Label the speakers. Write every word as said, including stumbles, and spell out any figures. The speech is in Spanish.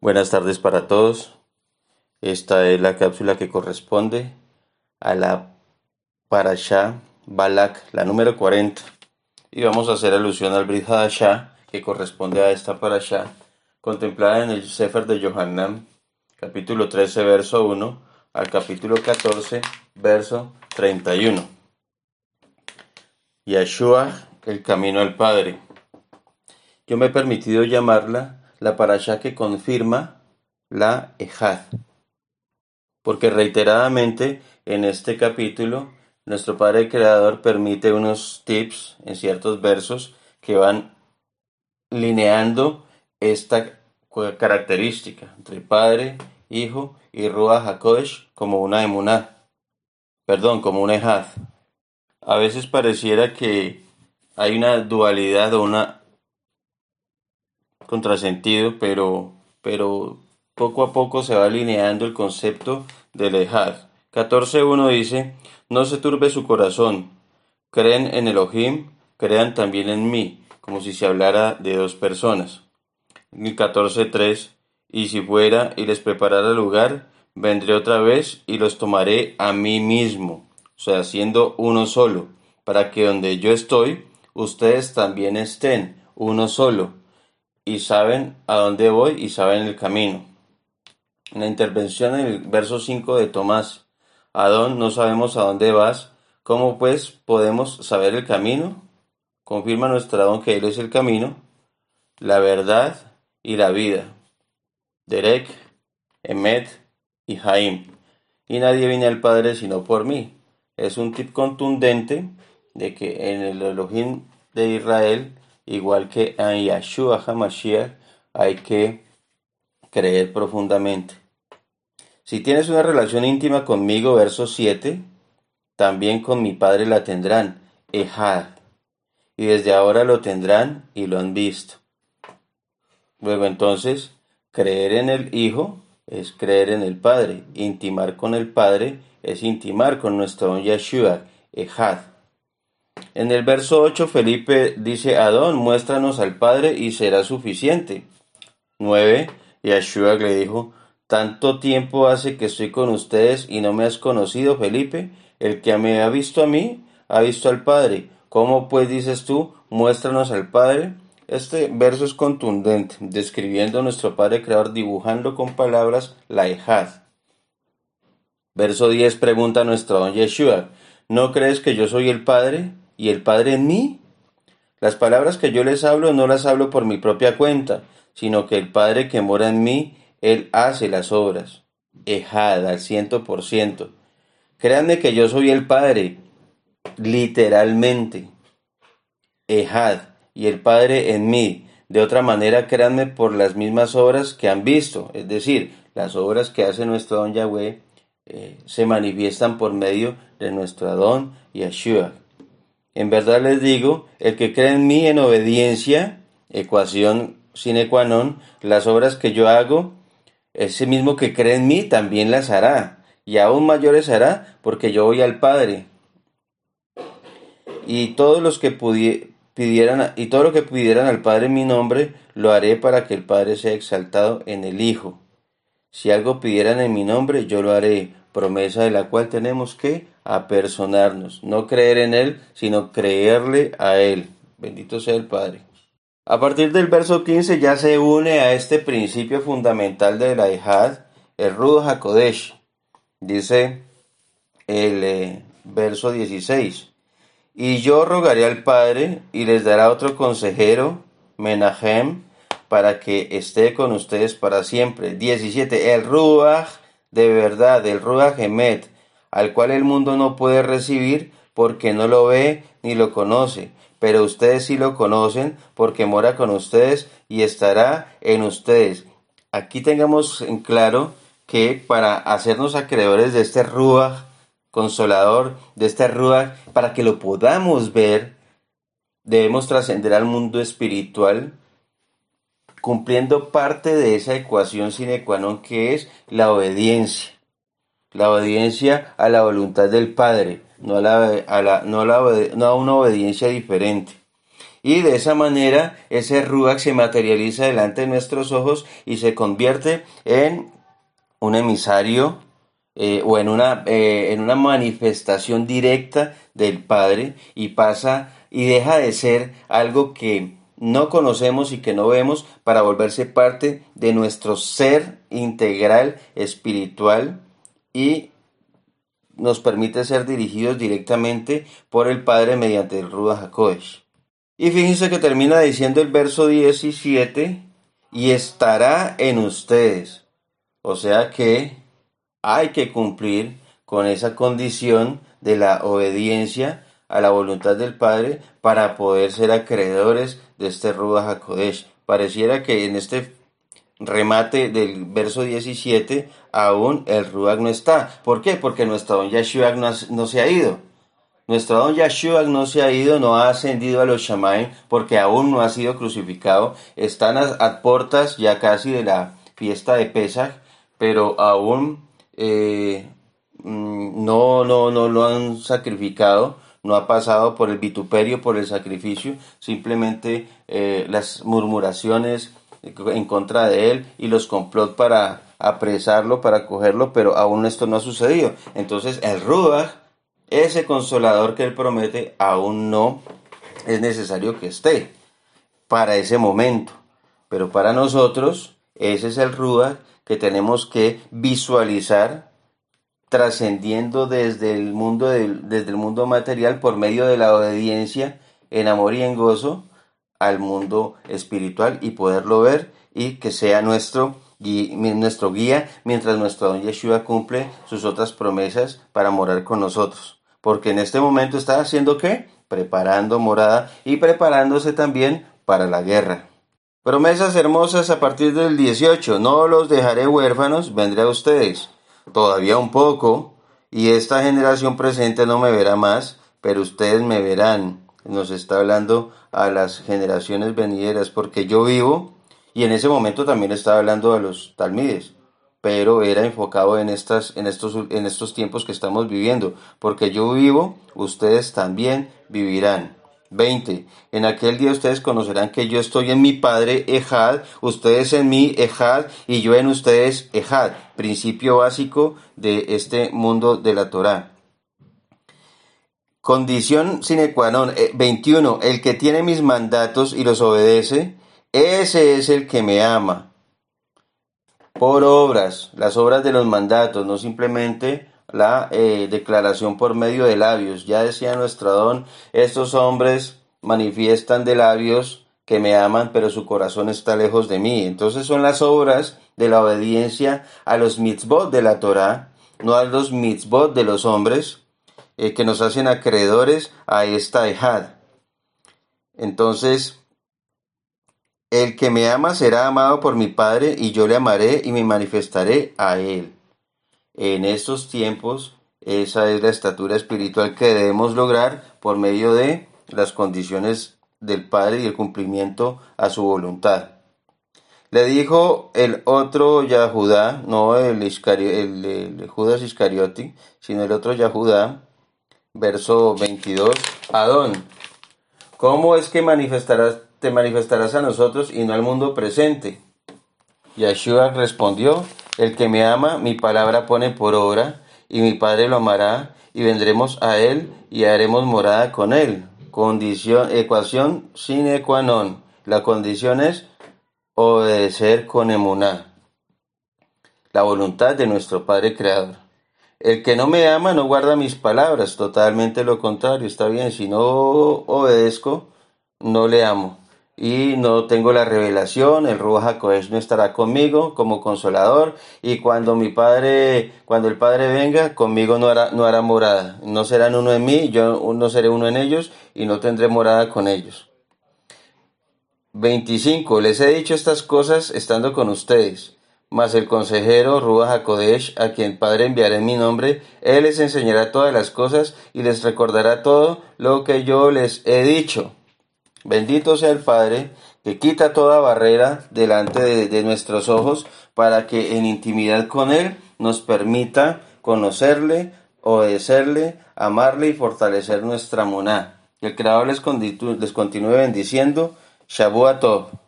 Speaker 1: Buenas tardes para todos. Esta es la cápsula que corresponde a la Parashá Balak, la número cuarenta. Y vamos a hacer alusión al Brit Hadashah, que corresponde a esta Parashá, contemplada en el Sefer de Yohanan, capítulo trece, verso uno, al capítulo catorce, verso treinta y uno. Yeshua, el camino al Padre. Yo me he permitido llamarla la Parashá que confirma la Ejad, porque reiteradamente en este capítulo nuestro Padre Creador permite unos tips en ciertos versos que van lineando esta característica entre Padre, Hijo y Ruach HaKodesh como una emuná, perdón, como una Ejad. A veces pareciera que hay una dualidad o una contrasentido, pero, pero poco a poco se va alineando el concepto del Ejad. catorce uno dice: no se turbe su corazón, creen en Elohim, crean también en mí, como si se hablara de dos personas. El catorce tres: y si fuera y les preparara lugar, vendré otra vez y los tomaré a mí mismo, o sea, siendo uno solo, para que donde yo estoy, ustedes también estén, uno solo, y saben a dónde voy y saben el camino. En la intervención en el verso cinco de Tomás: Adón, no sabemos a dónde vas, ¿cómo pues podemos saber el camino? Confirma nuestro Adón que Él es el camino, la verdad y la vida. Derek, Emet y Jaim. Y nadie viene al Padre sino por mí. Es un tip contundente de que en el Elohim de Israel, igual que en Yeshua HaMashiach, hay que creer profundamente. Si tienes una relación íntima conmigo, verso siete, también con mi Padre la tendrán, Ejad, y desde ahora lo tendrán y lo han visto. Luego entonces, creer en el Hijo es creer en el Padre, intimar con el Padre es intimar con nuestro don Yeshua, Ejad. En el verso ocho, Felipe dice: Adón, muéstranos al Padre y será suficiente. nueve. Yeshua le dijo: tanto tiempo hace que estoy con ustedes y no me has conocido, Felipe. El que me ha visto a mí, ha visto al Padre. ¿Cómo pues dices tú, muéstranos al Padre? Este verso es contundente, describiendo a nuestro Padre Creador, dibujando con palabras la Ejad. Verso diez pregunta a nuestro don Yeshua: ¿no crees que yo soy el Padre y el Padre en mí? Las palabras que yo les hablo no las hablo por mi propia cuenta, sino que el Padre que mora en mí, Él hace las obras. Ejad al ciento por ciento. Créanme que yo soy el Padre, literalmente. Ejad, y el Padre en mí. De otra manera, créanme por las mismas obras que han visto, es decir, las obras que hace nuestro don Yahweh eh, se manifiestan por medio de nuestro Adón Yeshua. En verdad les digo, el que cree en mí en obediencia, ecuación sine qua non, las obras que yo hago, ese mismo que cree en mí también las hará, y aún mayores hará, porque yo voy al Padre. Y todos los que pudi- pidieran, y todo lo que pidieran al Padre en mi nombre, lo haré para que el Padre sea exaltado en el Hijo. Si algo pidieran en mi nombre, yo lo haré, promesa de la cual tenemos que apersonarnos, no creer en Él, sino creerle a Él. Bendito sea el Padre. A partir del verso quince ya se une a este principio fundamental de la Ejad, el Ruach HaKodesh. Dice el eh, verso dieciséis: y yo rogaré al Padre y les dará otro consejero, Menahem, para que esté con ustedes para siempre. diecisiete. El Ruach de verdad, el Ruach Emet, al cual el mundo no puede recibir porque no lo ve ni lo conoce, pero ustedes sí lo conocen porque mora con ustedes y estará en ustedes. Aquí tengamos en claro que para hacernos acreedores de este Ruach consolador, de este Ruach, para que lo podamos ver, debemos trascender al mundo espiritual, cumpliendo parte de esa ecuación sine qua non que es la obediencia. La obediencia a la voluntad del Padre, no a, la, a, la, no a, la, no a una obediencia diferente. Y de esa manera ese Ruach se materializa delante de nuestros ojos y se convierte en un emisario eh, o en una, eh, en una manifestación directa del Padre, y pasa y deja de ser algo que no conocemos y que no vemos para volverse parte de nuestro ser integral espiritual, y nos permite ser dirigidos directamente por el Padre mediante el Ruach HaKodesh. Y fíjense que termina diciendo el verso diecisiete, y estará en ustedes. O sea que hay que cumplir con esa condición de la obediencia a la voluntad del Padre para poder ser acreedores de este Ruach HaKodesh. Pareciera que en este remate del verso diecisiete aún el Ruach no está. ¿Por qué? Porque nuestro don Yeshua no, no se ha ido. Nuestro don Yeshua no se ha ido, no ha ascendido a los Shamaim, porque aún no ha sido crucificado. Están a, a puertas ya casi de la fiesta de Pesaj, pero aún eh, no, no, no lo han sacrificado, no ha pasado por el vituperio, por el sacrificio, simplemente eh, las murmuraciones en contra de él y los complot para apresarlo, para cogerlo, pero aún esto no ha sucedido. Entonces el Ruach, ese consolador que él promete, aún no es necesario que esté para ese momento. Pero para nosotros, ese es el Ruach que tenemos que visualizar trascendiendo desde el mundo del, desde el mundo material por medio de la obediencia en amor y en gozo al mundo espiritual, y poderlo ver y que sea nuestro nuestro guía mientras nuestro don Yeshua cumple sus otras promesas para morar con nosotros. Porque en este momento está haciendo ¿qué? Preparando morada y preparándose también para la guerra. Promesas hermosas a partir del dieciocho. No los dejaré huérfanos, vendré a ustedes. Todavía un poco, y esta generación presente no me verá más, pero ustedes me verán. Nos está hablando a las generaciones venideras, porque yo vivo, y en ese momento también estaba hablando a los talmides, pero era enfocado en estas, en estos, en estos tiempos que estamos viviendo, porque yo vivo, ustedes también vivirán. veinte. En aquel día ustedes conocerán que yo estoy en mi Padre Ejad, ustedes en mí Ejad, y yo en ustedes Ejad. Principio básico de este mundo de la Torá. Condición sine qua non. Eh, veintiuno. El que tiene mis mandatos y los obedece, ese es el que me ama. Por obras, las obras de los mandatos, no simplemente la eh, declaración por medio de labios. Ya decía nuestro don, estos hombres manifiestan de labios que me aman, pero su corazón está lejos de mí. Entonces son las obras de la obediencia a los mitzvot de la Torá, no a los mitzvot de los hombres, eh, que nos hacen acreedores a esta ejad. Entonces, el que me ama será amado por mi Padre, y yo le amaré y me manifestaré a él. En estos tiempos, esa es la estatura espiritual que debemos lograr por medio de las condiciones del Padre y el cumplimiento a su voluntad. Le dijo el otro Yahudá, no el, Iscario, el, el Judas Iscariote, sino el otro Yahudá, verso veintidós, Adón, ¿cómo es que manifestarás, te manifestarás a nosotros y no al mundo presente? Yeshua respondió, el que me ama, mi palabra pone por obra, y mi Padre lo amará, y vendremos a él y haremos morada con él. Condición, ecuación sine qua non. La condición es obedecer con emuná, la voluntad de nuestro Padre Creador. El que no me ama no guarda mis palabras, totalmente lo contrario. Está bien, si no obedezco, no le amo. Y no tengo la revelación, el Ruach HaKodesh no estará conmigo como consolador, y cuando mi Padre, cuando el Padre venga, conmigo no hará, no hará morada. No serán uno en mí, yo no seré uno en ellos, y no tendré morada con ellos. veinticinco. Les he dicho estas cosas estando con ustedes, mas el consejero Ruach HaKodesh, a quien Padre enviaré en mi nombre, él les enseñará todas las cosas y les recordará todo lo que yo les he dicho. Bendito sea el Padre, que quita toda barrera delante de, de nuestros ojos, para que en intimidad con Él nos permita conocerle, obedecerle, amarle y fortalecer nuestra moná. Que el Creador les, conditu- les continúe bendiciendo. Shavua Tov.